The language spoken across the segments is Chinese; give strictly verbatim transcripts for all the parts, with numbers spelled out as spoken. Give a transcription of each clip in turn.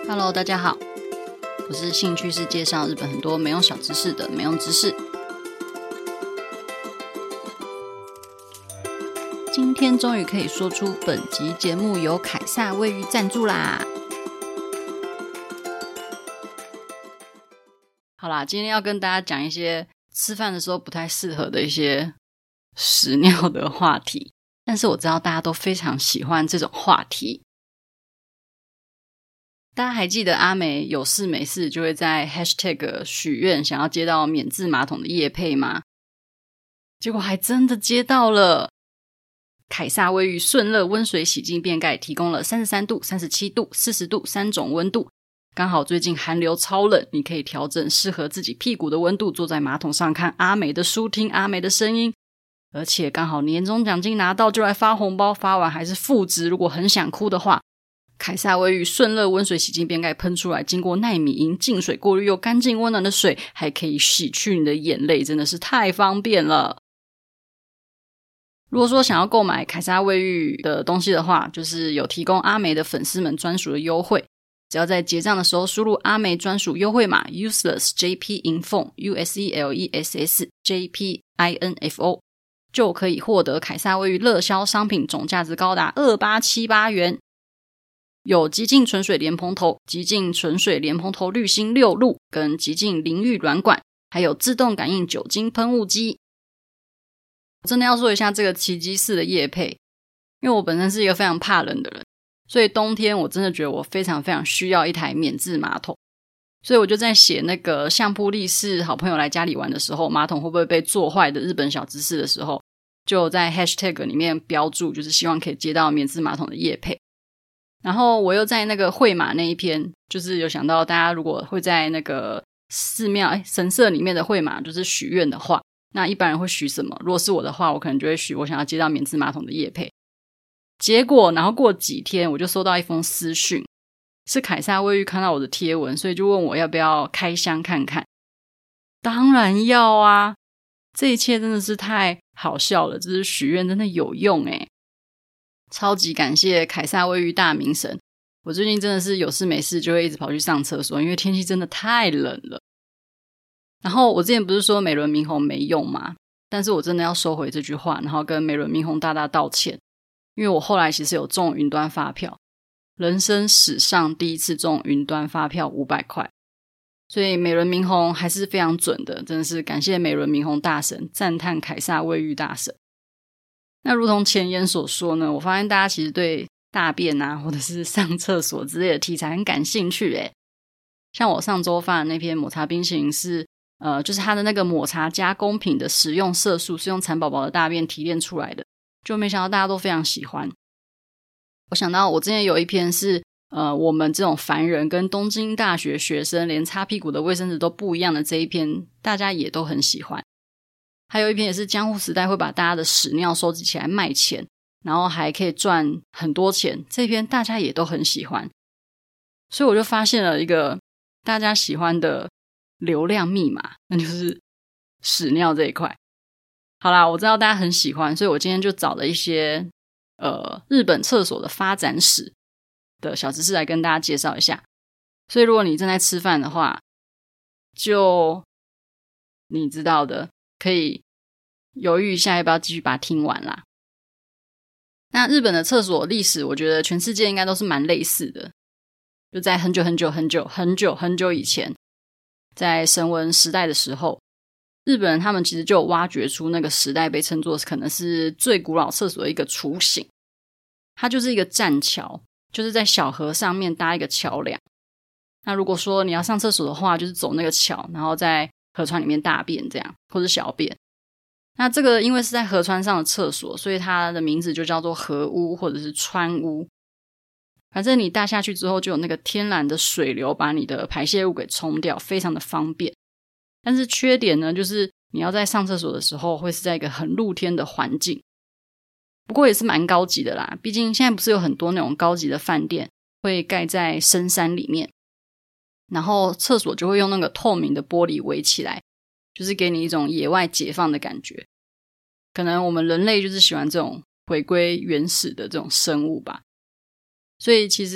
Hello， 大家好，我是兴趣是介绍日本很多没用小知识的没用知识。今天终于可以说出本集节目由凯撒卫浴赞助啦！好啦，今天要跟大家讲一些吃饭的时候不太适合的一些屎尿的话题，但是我知道大家都非常喜欢这种话题。大家还记得阿美有事没事就会在 hashtag 许愿想要接到免治马桶的业配吗？结果还真的接到了。凯撒卫浴顺热温水洗净便盖提供了三十三度、三十七度、四十度三种温度，刚好最近寒流超冷，你可以调整适合自己屁股的温度，坐在马桶上看阿美的书，听阿美的声音，而且刚好年终奖金拿到就来发红包，发完还是负值，如果很想哭的话，凯撒卫浴顺热温水洗净便盖喷出来，经过奈米银净水过滤又干净温暖的水，还可以洗去你的眼泪，真的是太方便了。如果说想要购买凯撒卫浴的东西的话，就是有提供阿美的粉丝们专属的优惠，只要在结账的时候输入阿美专属优惠码 uselessjpinfo U S E L E S S J P I N F O 就可以获得凯撒卫浴热销商品总价值高达二八七八元，有极净纯水莲蓬头、极净纯水莲蓬头滤芯六路跟极净淋浴软管，还有自动感应酒精喷雾机。我真的要说一下这个奇迹式的业配，因为我本身是一个非常怕冷的人，所以冬天我真的觉得我非常非常需要一台免治马桶，所以我就在写那个相扑力士好朋友来家里玩的时候，马桶会不会被做坏的日本小知识的时候，就在 hashtag 里面标注，就是希望可以接到免治马桶的业配。然后我又在那个会马那一篇，就是有想到大家如果会在那个寺庙诶神社里面的会马就是许愿的话，那一般人会许什么？如果是我的话，我可能就会许我想要接到免治马桶的业配。结果然后过几天我就收到一封私讯，是凯撒卫浴看到我的贴文，所以就问我要不要开箱看看。当然要啊，这一切真的是太好笑了，就是许愿真的有用诶，超级感谢凯撒卫浴大名神。我最近真的是有事没事就会一直跑去上厕所，因为天气真的太冷了。然后我之前不是说美轮明宏没用吗？但是我真的要收回这句话，然后跟美轮明宏大大道歉，因为我后来其实有中云端发票，人生史上第一次中云端发票五百块，所以美轮明宏还是非常准的，真的是感谢美轮明宏大神，赞叹凯撒卫浴大神。那如同前言所说呢，我发现大家其实对大便啊或者是上厕所之类的题材很感兴趣耶。像我上周发的那篇抹茶冰淇淋是呃，就是它的那个抹茶加工品的食用色素是用蚕宝宝的大便提炼出来的，就没想到大家都非常喜欢。我想到我之前有一篇是呃，我们这种凡人跟东京大学学生连擦屁股的卫生纸都不一样的这一篇，大家也都很喜欢。还有一篇也是江户时代会把大家的屎尿收集起来卖钱，然后还可以赚很多钱，这篇大家也都很喜欢。所以我就发现了一个大家喜欢的流量密码，那就是屎尿这一块。好啦，我知道大家很喜欢，所以我今天就找了一些呃日本厕所的发展史的小知识来跟大家介绍一下。所以如果你正在吃饭的话，就你知道的，可以犹豫一下要不要继续把它听完啦。那日本的厕所历史，我觉得全世界应该都是蛮类似的，就在很久很久很久很久很久以前，在绳文时代的时候，日本人他们其实就有挖掘出那个时代被称作可能是最古老厕所的一个雏形。它就是一个栈桥，就是在小河上面搭一个桥梁。那如果说你要上厕所的话，就是走那个桥，然后在河川里面大便这样，或是小便。那这个因为是在河川上的厕所，所以它的名字就叫做河屋或者是川屋。反正你大下去之后就有那个天然的水流把你的排泄物给冲掉，非常的方便。但是缺点呢，就是你要在上厕所的时候会是在一个很露天的环境，不过也是蛮高级的啦，毕竟现在不是有很多那种高级的饭店会盖在深山里面，然后厕所就会用那个透明的玻璃围起来，就是给你一种野外解放的感觉。可能我们人类就是喜欢这种回归原始的这种生物吧。所以其实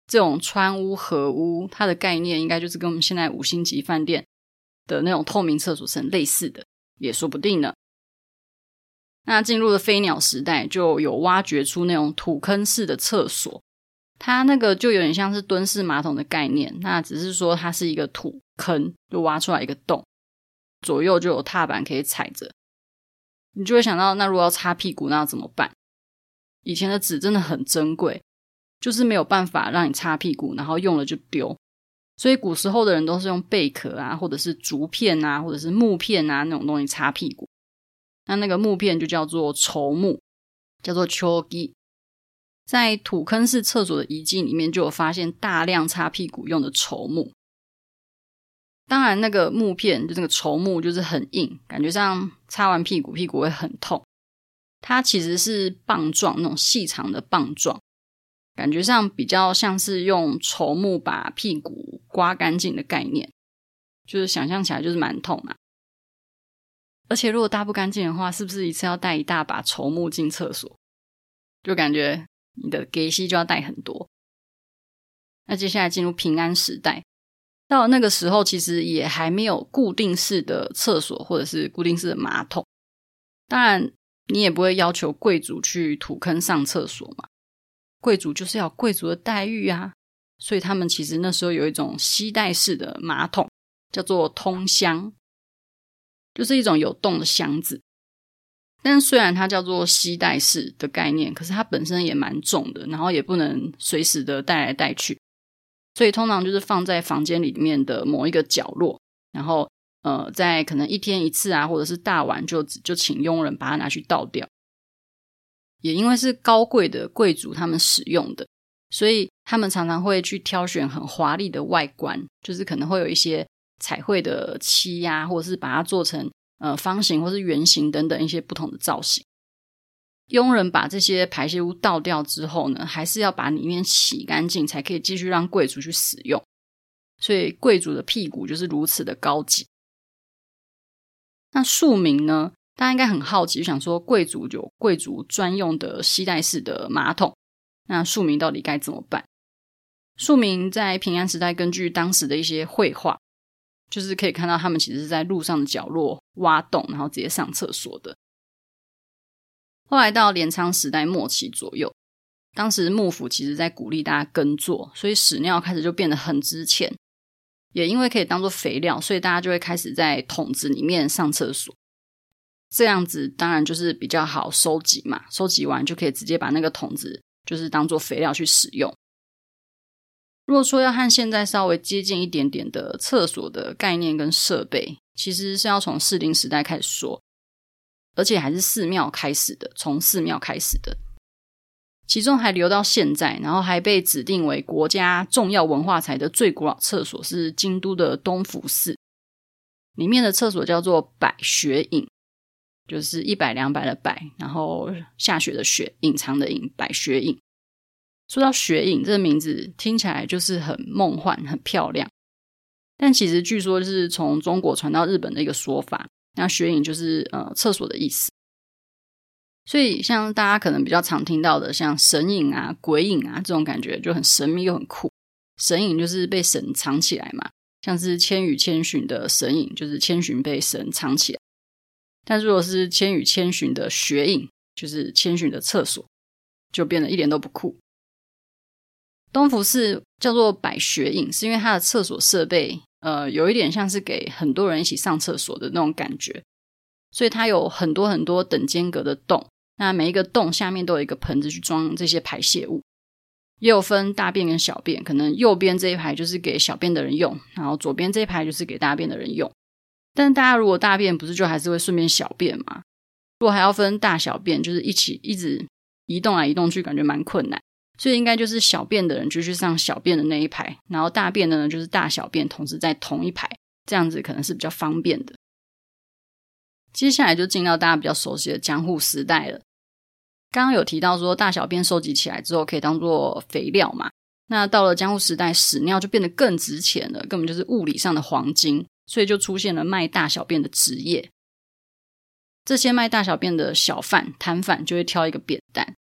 这种川屋和屋，它的概念应该就是跟我们现在五星级饭店的那种透明厕所是很类似的，也说不定呢。那进入了飞鸟时代，就有挖掘出那种土坑式的厕所，它那个就有点像是蹲式马桶的概念，那只是说它是一个土坑，就挖出来一个洞，左右就有踏板可以踩着。你就会想到，那如果要擦屁股那要怎么办？以前的纸真的很珍贵，就是没有办法让你擦屁股，然后用了就丢，所以古时候的人都是用贝壳啊，或者是竹片啊，或者是木片啊那种东西擦屁股。那那个木片就叫做筹木，叫做秋gi。在土坑式厕所的遗迹里面就有发现大量擦屁股用的筹木。当然那个木片就那个筹木就是很硬，感觉上擦完屁股屁股会很痛。它其实是棒状，那种细长的棒状，感觉上比较像是用筹木把屁股刮干净的概念，就是想象起来就是蛮痛啊。而且如果搭不干净的话，是不是一次要带一大把筹木进厕所？就感觉你的给息就要带很多。那接下来进入平安时代，到了那个时候其实也还没有固定式的厕所或者是固定式的马桶。当然你也不会要求贵族去土坑上厕所嘛，贵族就是要贵族的待遇啊，所以他们其实那时候有一种吸带式的马桶，叫做通箱，就是一种有洞的箱子。但虽然它叫做吸带式的概念，可是它本身也蛮重的，然后也不能随时的带来带去，所以通常就是放在房间里面的某一个角落，然后呃，在可能一天一次啊，或者是大碗就就请佣人把它拿去倒掉。也因为是高贵的贵族他们使用的，所以他们常常会去挑选很华丽的外观，就是可能会有一些彩绘的漆啊，或者是把它做成呃方形或是圆形等等一些不同的造型。佣人把这些排泄物倒掉之后呢，还是要把里面洗干净才可以继续让贵族去使用，所以贵族的屁股就是如此的高级。那庶民呢，大家应该很好奇，就想说贵族有贵族专用的吸带式的马桶，那庶民到底该怎么办？庶民在平安时代根据当时的一些绘画，就是可以看到他们其实是在路上的角落挖洞，然后直接上厕所的。后来到镰仓时代末期左右，当时幕府其实在鼓励大家耕作，所以屎尿开始就变得很值钱，也因为可以当做肥料，所以大家就会开始在桶子里面上厕所。这样子当然就是比较好收集嘛，收集完就可以直接把那个桶子就是当做肥料去使用。如果说要和现在稍微接近一点点的厕所的概念跟设备，其实是要从士林时代开始说，而且还是寺庙开始的，从寺庙开始的，其中还留到现在，然后还被指定为国家重要文化财的最古老厕所是京都的东福寺，里面的厕所叫做百雪隐，就是一百两百的百，然后下雪的雪，隐藏的隐，百雪隐。说到雪隐这个名字听起来就是很梦幻很漂亮，但其实据说是从中国传到日本的一个说法，那雪隐就是呃厕所的意思。所以像大家可能比较常听到的像神隐啊鬼隐啊，这种感觉就很神秘又很酷。神隐就是被神藏起来嘛，像是千与千寻的神隐就是千寻被神藏起来，但如果是千与千寻的雪隐，就是千寻的厕所，就变得一点都不酷。东福寺叫做百雪隐，是因为它的厕所设备呃，有一点像是给很多人一起上厕所的那种感觉，所以它有很多很多等间隔的洞，那每一个洞下面都有一个盆子去装这些排泄物，也有分大便跟小便，可能右边这一排就是给小便的人用，然后左边这一排就是给大便的人用。但大家如果大便不是就还是会顺便小便嘛，如果还要分大小便，就是一起一直移动来移动去，感觉蛮困难，所以应该就是小便的人就去上小便的那一排，然后大便的呢就是大小便同时在同一排，这样子可能是比较方便的。接下来就进到大家比较熟悉的江户时代了。刚刚有提到说大小便收集起来之后可以当做肥料嘛，那到了江户时代屎尿就变得更值钱了，根本就是物理上的黄金，所以就出现了卖大小便的职业。这些卖大小便的小贩摊贩就会挑一个扁担，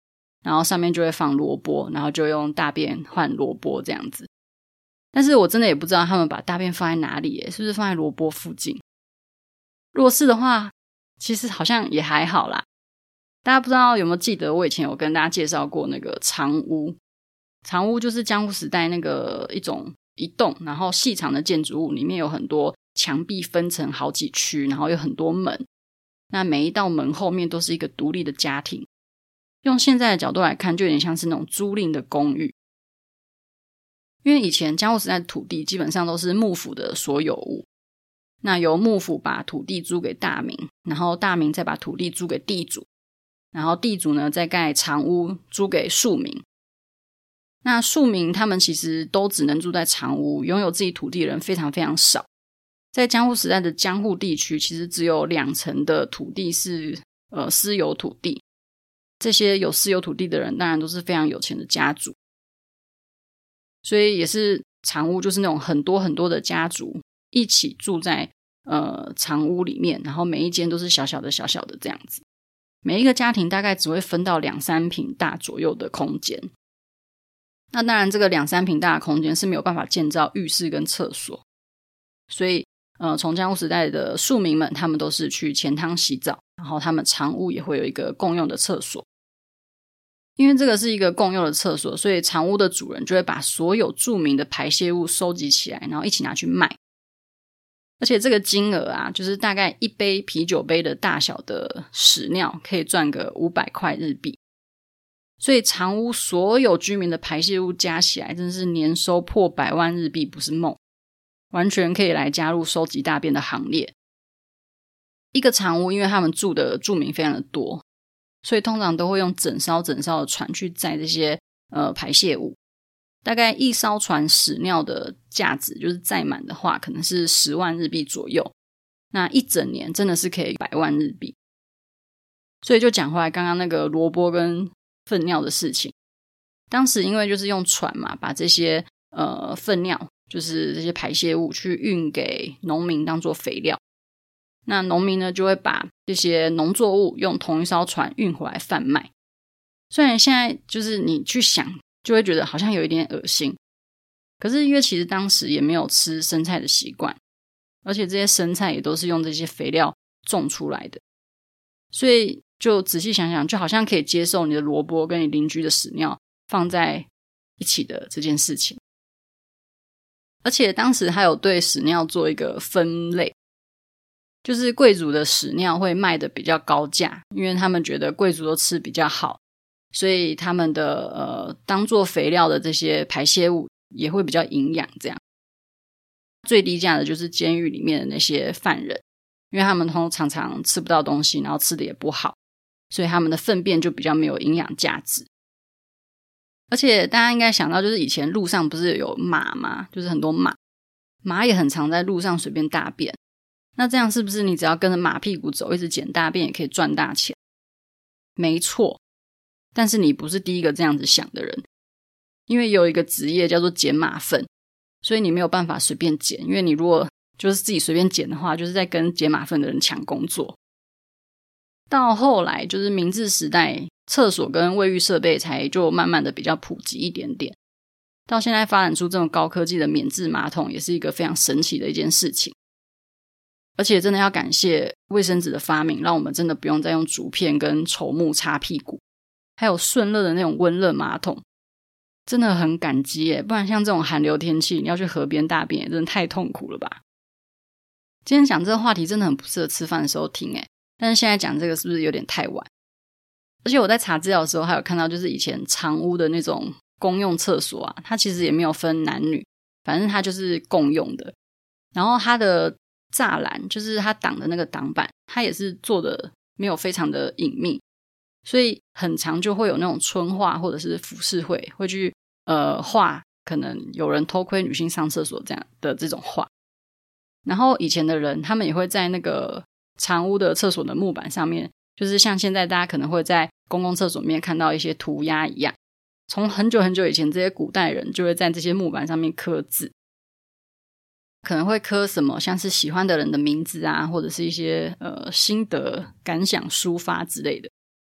然后上面就会放萝卜，然后就用大便换萝卜这样子。但是我真的也不知道他们把大便放在哪里耶，是不是放在萝卜附近？如果是的话，其实好像也还好啦。大家不知道有没有记得我以前有跟大家介绍过那个长屋。长屋就是江户时代那个一种一栋然后细长的建筑物，里面有很多墙壁分成好几区，然后有很多门，那每一道门后面都是一个独立的家庭。用现在的角度来看，就有点像是那种租赁的公寓。因为以前江户时代的土地基本上都是幕府的所有物，那由幕府把土地租给大名，然后大名再把土地租给地主，然后地主呢再盖长屋租给庶民。那庶民他们其实都只能住在长屋，拥有自己土地的人非常非常少。在江户时代的江户地区，其实只有两成的土地是呃私有土地。这些有私有土地的人当然都是非常有钱的家族，所以也是长屋就是那种很多很多的家族一起住在呃长屋里面，然后每一间都是小小的小小的这样子。每一个家庭大概只会分到两三坪大左右的空间。那当然这个两三坪大的空间是没有办法建造浴室跟厕所，所以呃，从江户时代的庶民们他们都是去钱汤洗澡，然后他们长屋也会有一个共用的厕所。因为这个是一个共用的厕所，所以长屋的主人就会把所有著名的排泄物收集起来，然后一起拿去卖。而且这个金额啊，就是大概一杯啤酒杯的大小的屎尿可以赚个五百块日币。所以长屋所有居民的排泄物加起来真的是年收破百万日币不是梦，完全可以来加入收集大便的行列。一个长屋因为他们住的住民非常的多，所以通常都会用整艘整艘的船去载这些呃排泄物。大概一艘船屎尿的价值就是载满的话可能是十万日币左右，那一整年真的是可以百万日币。所以就讲回来刚刚那个萝卜跟粪尿的事情，当时因为就是用船嘛，把这些呃粪尿就是这些排泄物去运给农民当做肥料，那农民呢就会把这些农作物用同一艘船运回来贩卖。虽然现在就是你去想就会觉得好像有一点恶心，可是因为其实当时也没有吃生菜的习惯，而且这些生菜也都是用这些肥料种出来的，所以就仔细想想就好像可以接受你的萝卜跟你邻居的屎尿放在一起的这件事情。而且当时还有对屎尿做一个分类，就是贵族的屎尿会卖的比较高价，因为他们觉得贵族都吃比较好，所以他们的呃当做肥料的这些排泄物也会比较营养这样。最低价的就是监狱里面的那些犯人，因为他们通常常吃不到东西，然后吃的也不好，所以他们的粪便就比较没有营养价值。而且大家应该想到就是以前路上不是有马吗？就是很多马马也很常在路上随便大便，那这样是不是你只要跟着马屁股走一直捡大便也可以赚大钱？没错，但是你不是第一个这样子想的人，因为有一个职业叫做捡马粪，所以你没有办法随便捡，因为你如果就是自己随便捡的话，就是在跟捡马粪的人抢工作。到后来就是明治时代，厕所跟卫浴设备才就慢慢的比较普及一点点，到现在发展出这种高科技的免治马桶也是一个非常神奇的一件事情。而且真的要感谢卫生纸的发明，让我们真的不用再用竹片跟丑木擦屁股，还有顺热的那种温热马桶，真的很感激耶，不然像这种寒流天气你要去河边大便也真的太痛苦了吧。今天讲这个话题真的很不适合吃饭的时候听耶，但是现在讲这个是不是有点太晚？而且我在查资料的时候还有看到就是以前长屋的那种公用厕所啊，它其实也没有分男女，反正它就是共用的。然后它的栅栏就是它挡的那个挡板，它也是做的没有非常的隐秘，所以很常就会有那种春画或者是浮世绘会去呃画可能有人偷窥女性上厕所这样的这种画。然后以前的人他们也会在那个长屋的厕所的木板上面，就是像现在大家可能会在公共厕所里面看到一些涂鸦一样，从很久很久以前这些古代人就会在这些木板上面刻字，可能会刻什么像是喜欢的人的名字啊，或者是一些呃心得感想抒发之类的。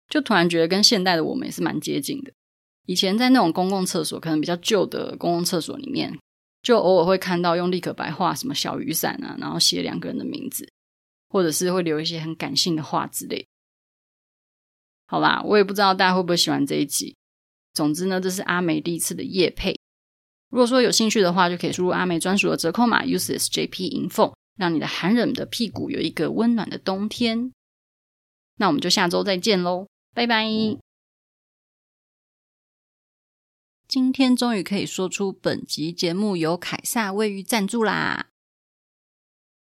就突然觉得跟现代的我们也是蛮接近的。以前在那种公共厕所，可能比较旧的公共厕所里面，就偶尔会看到用立可白画什么小雨伞啊，然后写两个人的名字，或者是会留一些很感性的话之类的。好啦，我也不知道大家会不会喜欢这一集。总之呢，这是阿梅第一次的业配。如果说有兴趣的话，就可以输入阿梅专属的折扣码 U S S J P 银凤，让你的寒冷的屁股有一个温暖的冬天。那我们就下周再见咯，拜拜。今天终于可以说出本集节目由凯撒卫浴赞助啦！